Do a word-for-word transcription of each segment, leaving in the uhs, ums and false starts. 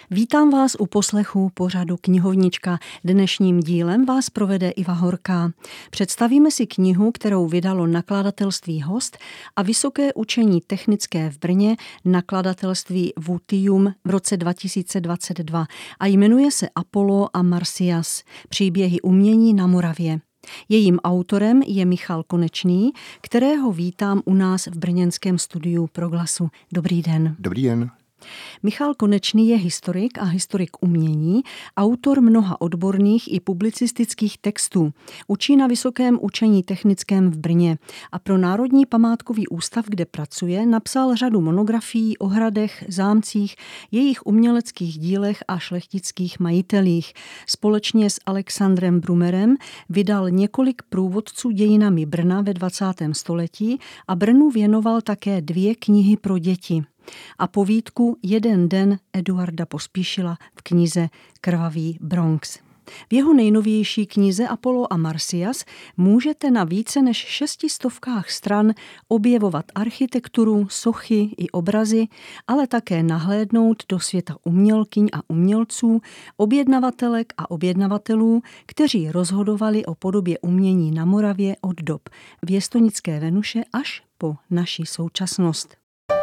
Vítám vás u poslechu pořadu Knihovnička. Dnešním dílem vás provede Iva Horká. Představíme si knihu, kterou vydalo nakladatelství Host a Vysoké učení technické v Brně nakladatelství Vutium v roce dva tisíce dvacet dva a jmenuje se Apollo a Marsyas. Příběhy umění na Moravě. Jejím autorem je Michal Konečný, kterého vítám u nás v brněnském studiu Proglasu. Dobrý den. Dobrý den. Michal Konečný je historik a historik umění, autor mnoha odborných i publicistických textů. Učí na Vysokém učení technickém v Brně a pro Národní památkový ústav, kde pracuje, napsal řadu monografií o hradech, zámcích, jejich uměleckých dílech a šlechtických majitelích. Společně s Alexandrem Brumerem vydal několik průvodců dějinami Brna ve dvacátém století a Brnu věnoval také dvě knihy pro děti a povídku Jeden den Eduarda Pospíšila v knize Krvavý Bronx. V jeho nejnovější knize Apollo a Marsyas můžete na více než šestistovkách stran objevovat architekturu, sochy i obrazy, ale také nahlédnout do světa umělkyň a umělců, objednavatelek a objednavatelů, kteří rozhodovali o podobě umění na Moravě od dob věstonické Venuše až po naši současnost.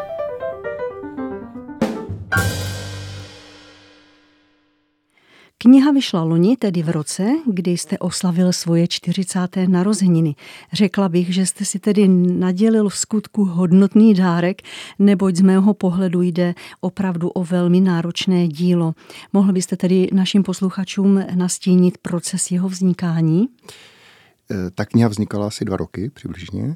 Kniha vyšla loni, tedy v roce, kdy jste oslavil svoje čtyřicáté narozeniny. Řekla bych, že jste si tedy nadělil v skutku hodnotný dárek, neboť z mého pohledu jde opravdu o velmi náročné dílo. Mohl byste tedy našim posluchačům nastínit proces jeho vznikání? Ta kniha vznikala asi dva roky přibližně.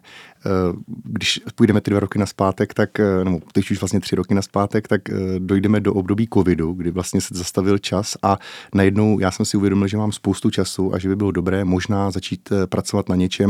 Když půjdeme ty dva roky nazpátek, tak, nebo teď už vlastně tři roky nazpátek, tak dojdeme do období covidu, kdy vlastně se zastavil čas a najednou já jsem si uvědomil, že mám spoustu času a že by bylo dobré možná začít pracovat na něčem,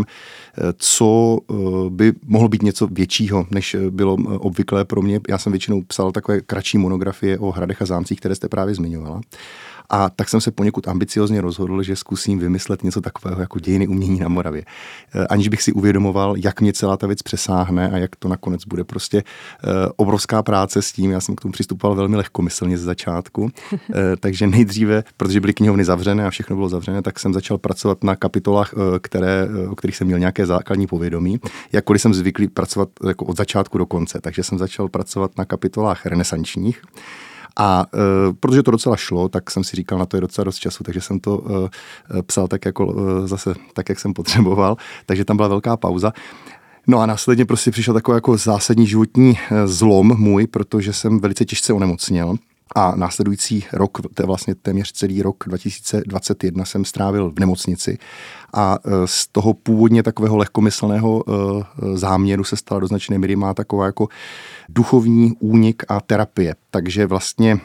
co by mohlo být něco většího, než bylo obvyklé pro mě. Já jsem většinou psal takové kratší monografie o hradech a zámcích, které jste právě zmiňovala. A tak jsem se poněkud ambiciozně rozhodl, že zkusím vymyslet něco takového jako dějiny umění na Moravě. Aniž bych si uvědomoval, jak mě celá ta věc přesáhne a jak to nakonec bude prostě obrovská práce s tím. Já jsem k tomu přistupoval velmi lehkomyslně ze začátku. Takže nejdříve, protože byly knihovny zavřené a všechno bylo zavřené, tak jsem začal pracovat na kapitolách, které, o kterých jsem měl nějaké základní povědomí. Jakkoliv jsem zvyklý pracovat jako od začátku do konce. Takže jsem začal pracovat na kapitolách renesančních. A e, protože to docela šlo, tak jsem si říkal, na to je docela dost času, takže jsem to e, psal tak jako e, zase tak, jak jsem potřeboval, takže tam byla velká pauza. No a následně prostě přišel takový jako zásadní životní zlom můj, protože jsem velice těžce onemocněl. A následující rok, to je vlastně téměř celý rok dva tisíce dvacet jedna jsem strávil v nemocnici a z toho původně takového lehkomyslného záměru se stala do značné míry má taková jako duchovní únik a terapie. Takže vlastně,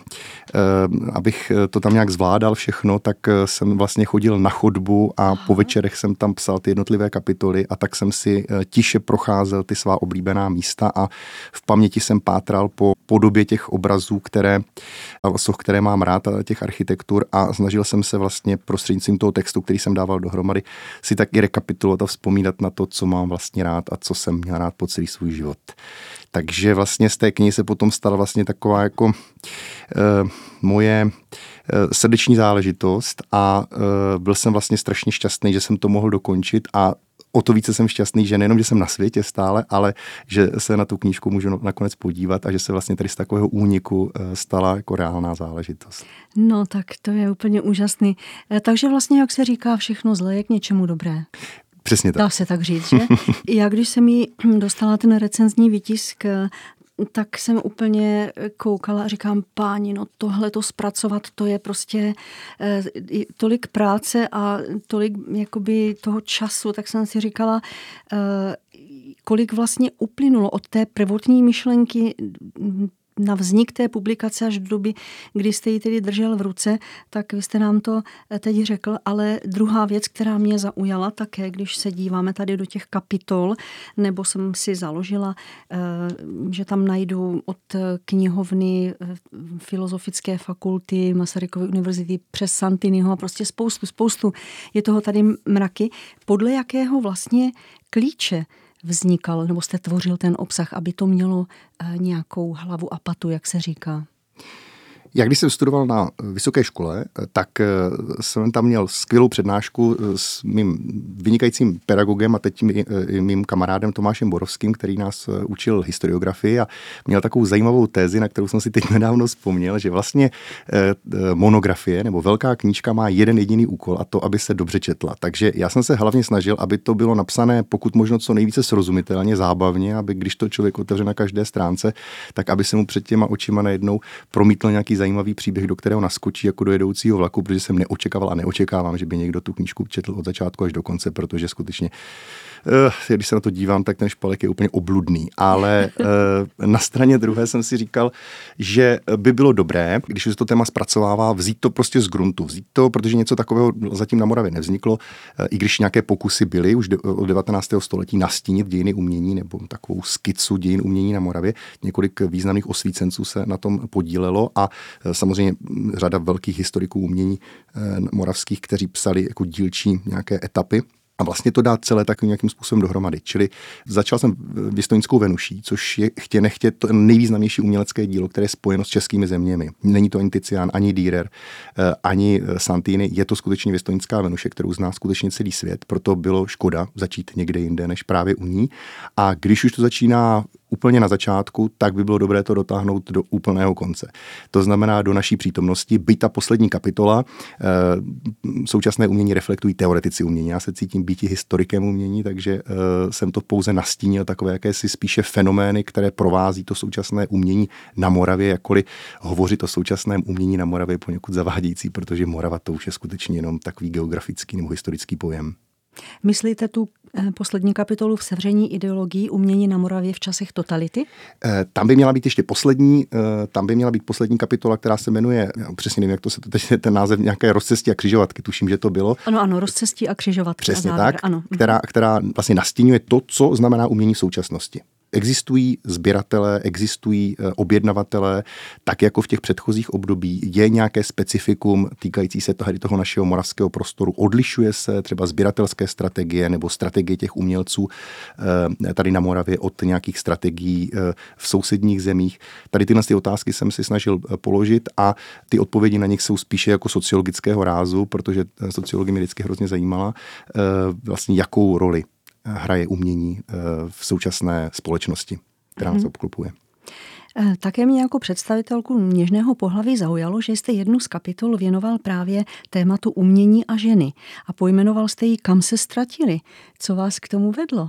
abych to tam nějak zvládal všechno, tak jsem vlastně chodil na chodbu a po večerech jsem tam psal ty jednotlivé kapitoly a tak jsem si tiše procházel ty svá oblíbená místa a v paměti jsem pátral po podobě těch obrazů, které, soch, které mám rád a těch architektur a snažil jsem se vlastně prostřednictvím toho textu, který jsem dával dohromady, si tak i rekapitulovat a vzpomínat na to, co mám vlastně rád a co jsem měl rád po celý svůj život. Takže vlastně z té knihy se potom stala vlastně taková jako e, moje e, srdeční záležitost a e, byl jsem vlastně strašně šťastný, že jsem to mohl dokončit a o to více jsem šťastný, že nejenom, že jsem na světě stále, ale že se na tu knížku můžu nakonec podívat a že se vlastně tady z takového úniku stala jako reálná záležitost. No tak to je úplně úžasný. Takže vlastně, jak se říká, všechno zlé je k něčemu dobré. Přesně tak. Dá se tak říct, že? Já když jsem jí dostala ten recenzní výtisk, tak jsem úplně koukala a říkám, páni, no tohle to zpracovat, to je prostě eh, tolik práce a tolik jakoby toho času, tak jsem si říkala, eh, kolik vlastně uplynulo od té prvotní myšlenky na vznik té publikace až do doby, kdy jste ji tedy držel v ruce, tak vy jste nám to teď řekl, ale druhá věc, která mě zaujala také, když se díváme tady do těch kapitol, nebo jsem si založila, že tam najdu od knihovny Filozofické fakulty Masarykovy univerzity přes Santiniho a prostě spoustu, spoustu. Je toho tady mraky. Podle jakého vlastně klíče vznikal, nebo jste tvořil ten obsah, aby to mělo nějakou hlavu a patu, jak se říká? Já když jsem studoval na vysoké škole, tak jsem tam měl skvělou přednášku s mým vynikajícím pedagogem a teď mým kamarádem Tomášem Borovským, který nás učil historiografii a měl takovou zajímavou tézi, na kterou jsem si teď nedávno vzpomněl, že vlastně monografie nebo velká knížka má jeden jediný úkol a to, aby se dobře četla. Takže já jsem se hlavně snažil, aby to bylo napsané pokud možno co nejvíce srozumitelně, zábavně, aby když to člověk otevře na každé stránce, tak aby se mu před těma očima najednou promítl nějaký zajímavý příběh, do kterého naskočí jako do jedoucího vlaku, protože jsem neočekával a neočekávám, že by někdo tu knížku četl od začátku až do konce, protože skutečně, když se na to dívám, tak ten špalek je úplně obludný. Ale na straně druhé jsem si říkal, že by bylo dobré, když se to téma zpracovává, vzít to prostě z gruntu. Vzít to, protože něco takového zatím na Moravě nevzniklo, i když nějaké pokusy byly už od devatenáctého století nastínit dějiny umění nebo takovou skicu dějin umění na Moravě. Několik významných osvícenců se na tom podílelo a samozřejmě řada velkých historiků umění moravských, kteří psali jako dílčí nějaké etapy. A vlastně to dát celé takovým nějakým způsobem dohromady. Čili začal jsem Věstonickou Venuší, což je chtě nechtě to nejvýznamnější umělecké dílo, které je spojeno s českými zeměmi. Není to ani Tizian, ani Dürer, ani Santini. Je to skutečně Věstonická Venuše, kterou zná skutečně celý svět. Proto bylo škoda začít někde jinde, než právě u ní. A když už to začíná úplně na začátku, tak by bylo dobré to dotáhnout do úplného konce. To znamená do naší přítomnosti, byť ta poslední kapitola, e, současné umění reflektují teoretici umění. Já se cítím býti historikem umění, takže e, jsem to pouze nastínil takové jakési spíše fenomény, které provází to současné umění na Moravě, jakkoliv hovořit o současném umění na Moravě je poněkud zavádějící, protože Morava to už je skutečně jenom takový geografický nebo historický pojem. Myslíte tu poslední kapitolu v sevření ideologií umění na Moravě v časech totality? Tam by měla být ještě poslední, tam by měla být poslední kapitola, která se jmenuje, přesně nevím, jak to se teď ten název, nějaké rozcestí a křižovatky, tuším, že to bylo. Ano, ano, rozcestí a křižovatky. Přesně a závěr, tak, ano. Která, která vlastně nastínuje to, co znamená umění v současnosti. Existují sběratelé, existují objednavatelé, tak jako v těch předchozích období je nějaké specifikum týkající se toho, toho našeho moravského prostoru. Odlišuje se třeba sběratelské strategie nebo strategie těch umělců tady na Moravě od nějakých strategií v sousedních zemích. Tady tyhle ty otázky jsem si snažil položit a ty odpovědi na nich jsou spíše jako sociologického rázu, protože sociologie mě vždycky hrozně zajímala, vlastně jakou roli hraje umění v současné společnosti, která nás obklopuje. Také mě jako představitelku něžného pohlaví zaujalo, že jste jednu z kapitol věnoval právě tématu umění a ženy a pojmenoval jste ji Kam se ztratili. Co vás k tomu vedlo?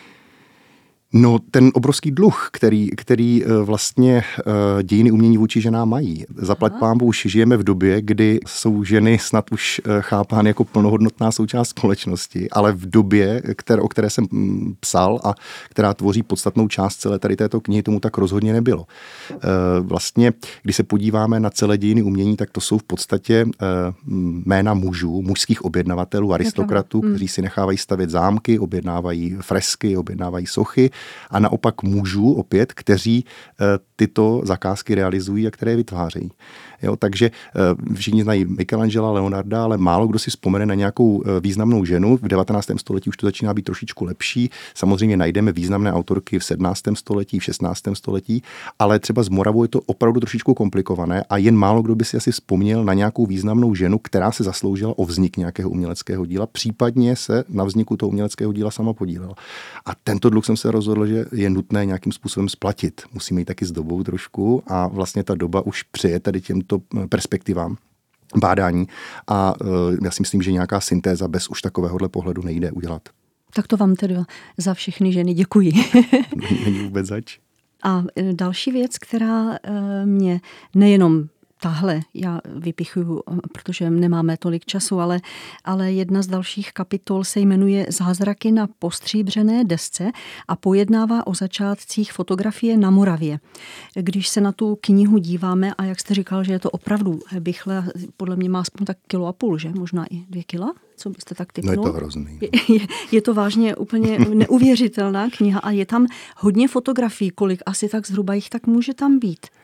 No, ten obrovský dluh, který, který vlastně dějiny umění vůči ženám mají. Zaplať pánbůh, už žijeme v době, kdy jsou ženy snad už chápány jako plnohodnotná součást společnosti, ale v době, které, o které jsem psal a která tvoří podstatnou část celé tady této knihy, tomu tak rozhodně nebylo. Vlastně, když se podíváme na celé dějiny umění, tak to jsou v podstatě jména mužů, mužských objednavatelů, aristokratů, kteří si nechávají stavět zámky, objednávají fresky, objednávají sochy, a naopak mužů opět, kteří tyto zakázky realizují a které je vytvářejí. Jo, takže všichni znají Michelangela, Leonarda, ale málo kdo si vzpomene na nějakou významnou ženu. V devatenáctém století už to začíná být trošičku lepší. Samozřejmě najdeme významné autorky v sedmnáctém století, v šestnáctém století, ale třeba z Moravou je to opravdu trošičku komplikované a jen málo kdo by si asi vzpomněl na nějakou významnou ženu, která se zasloužila o vznik nějakého uměleckého díla, případně se na vzniku toho uměleckého díla sama podílela. A tento dluh jsem se rozhodl, že je nutné nějakým způsobem splatit. Musíme jít taky s dobou trošku a vlastně ta doba už přeje tady těmto perspektivám bádání a já si myslím, že nějaká syntéza bez už takovéhohle pohledu nejde udělat. Tak to vám tedy za všechny ženy děkuji. Není vůbec zač. A další věc, která mě nejenom tahle já vypichuju, protože nemáme tolik času, ale, ale jedna z dalších kapitol se jmenuje Zázraky na postříbřené desce a pojednává o začátcích fotografie na Moravě. Když se na tu knihu díváme a jak jste říkal, že je to opravdu bychle, podle mě má aspoň tak kilo a půl, že? Možná i dvě kila? Co byste tak typnul? No je to hrozný. Je, je, je to vážně úplně neuvěřitelná kniha a je tam hodně fotografií, kolik asi tak zhruba jich tak může tam být.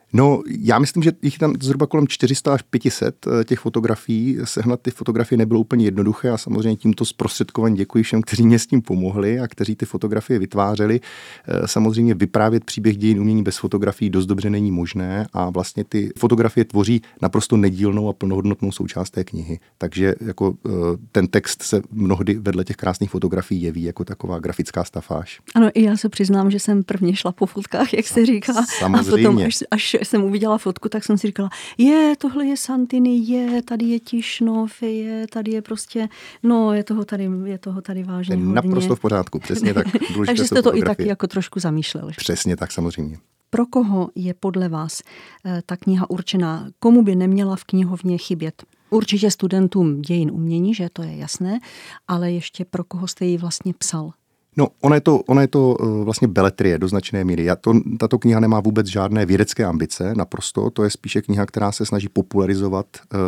No, já myslím, že jich tam zhruba kolem čtyři sta až pět set těch fotografií. Sehnat ty fotografie nebylo úplně jednoduché a samozřejmě tímto zprostředkovaně děkuji všem, kteří mě s tím pomohli a kteří ty fotografie vytvářeli. Samozřejmě vyprávět příběh dějin umění bez fotografií dost dobře není možné a vlastně ty fotografie tvoří naprosto nedílnou a plnohodnotnou součást té knihy. Takže jako ten text se mnohdy vedle těch krásných fotografií jeví jako taková grafická stafáž. Ano, i já se přiznám, že jsem prvně šla po fotkách, jak se říká. Samozřejmě. A potom, až, až jsem uviděla fotku, tak jsem si říkala, je, tohle je Santini, je, tady je Tišnov, je, tady je prostě, no, je toho tady, je toho tady vážně hodně. Naprosto v pořádku, přesně tak. Takže jste to i taky jako trošku zamýšlel. Přesně tak, samozřejmě. Pro koho je podle vás ta kniha určená? Komu by neměla v knihovně chybět? Určitě studentům dějin umění, že to je jasné, ale ještě pro koho jste ji vlastně psal? No, ona je to, ona je to vlastně beletrie do značné míry. Já to, tato kniha nemá vůbec žádné vědecké ambice, naprosto. To je spíše kniha, která se snaží popularizovat uh,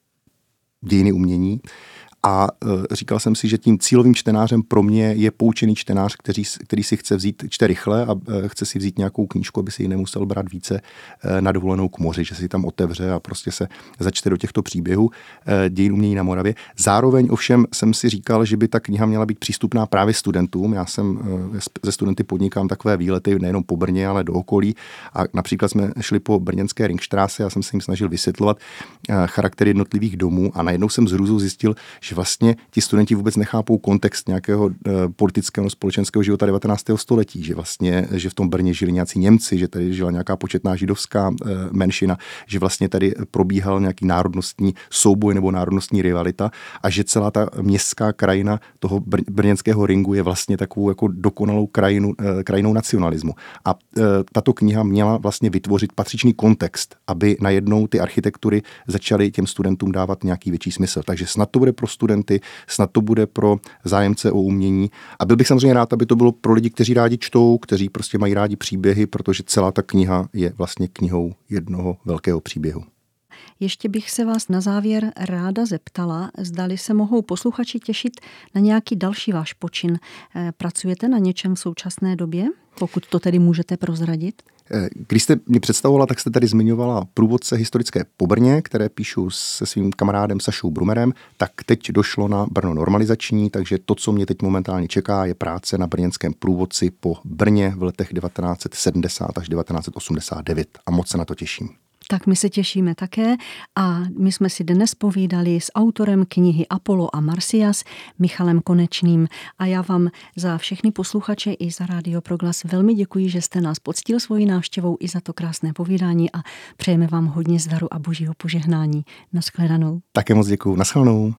dějiny umění. A e, říkal jsem si, že tím cílovým čtenářem pro mě je poučený čtenář, který, který si chce vzít, čte rychle a e, chce si vzít nějakou knížku, aby si ji nemusel brát více e, na dovolenou k moři, že si tam otevře a prostě se začte do těchto příběhů e, dějin umění na Moravě. Zároveň ovšem jsem si říkal, že by ta kniha měla být přístupná právě studentům. Já jsem e, ze studenty podnikám takové výlety nejenom po Brně, ale do okolí. A například jsme šli po brněnské Ringstraße a jsem se jim snažil vysvětlovat e, charakter jednotlivých domů a najednou jsem z hrůzou zjistil, že vlastně ti studenti vůbec nechápou kontext nějakého e, politického společenského života devatenáctého století, že vlastně, že v tom Brně žili nějací Němci, že tady žila nějaká početná židovská e, menšina, že vlastně tady probíhal nějaký národnostní souboj nebo národnostní rivalita a že celá ta městská krajina toho br- brněnského ringu je vlastně takovou jako dokonalou krajinu, e, krajinou nacionalismu. A e, tato kniha měla vlastně vytvořit patřičný kontext, aby najednou ty architektury začaly těm studentům dávat nějaký větší smysl. Takže snad to bude pro studenty, snad to bude pro zájemce o umění. A byl bych samozřejmě rád, aby to bylo pro lidi, kteří rádi čtou, kteří prostě mají rádi příběhy, protože celá ta kniha je vlastně knihou jednoho velkého příběhu. Ještě bych se vás na závěr ráda zeptala, zdali se mohou posluchači těšit na nějaký další váš počin. Pracujete na něčem v současné době, pokud to tedy můžete prozradit? Když jste mě představovala, tak jste tady zmiňovala průvodce historické po Brně, které píšu se svým kamarádem Sašou Brumerem, tak teď došlo na Brno normalizační, takže to, co mě teď momentálně čeká, je práce na brněnském průvodci po Brně v letech devatenáct set sedmdesát až devatenáct set osmdesát devět a moc se na to těším. Tak my se těšíme také a my jsme si dnes povídali s autorem knihy Apollo a Marsyas, Michalem Konečným. A já vám za všechny posluchače i za Rádio Proglas velmi děkuji, že jste nás poctil svojí návštěvou i za to krásné povídání a přejeme vám hodně zdaru a božího požehnání. Naschledanou. Také moc děkuju. Naschledanou.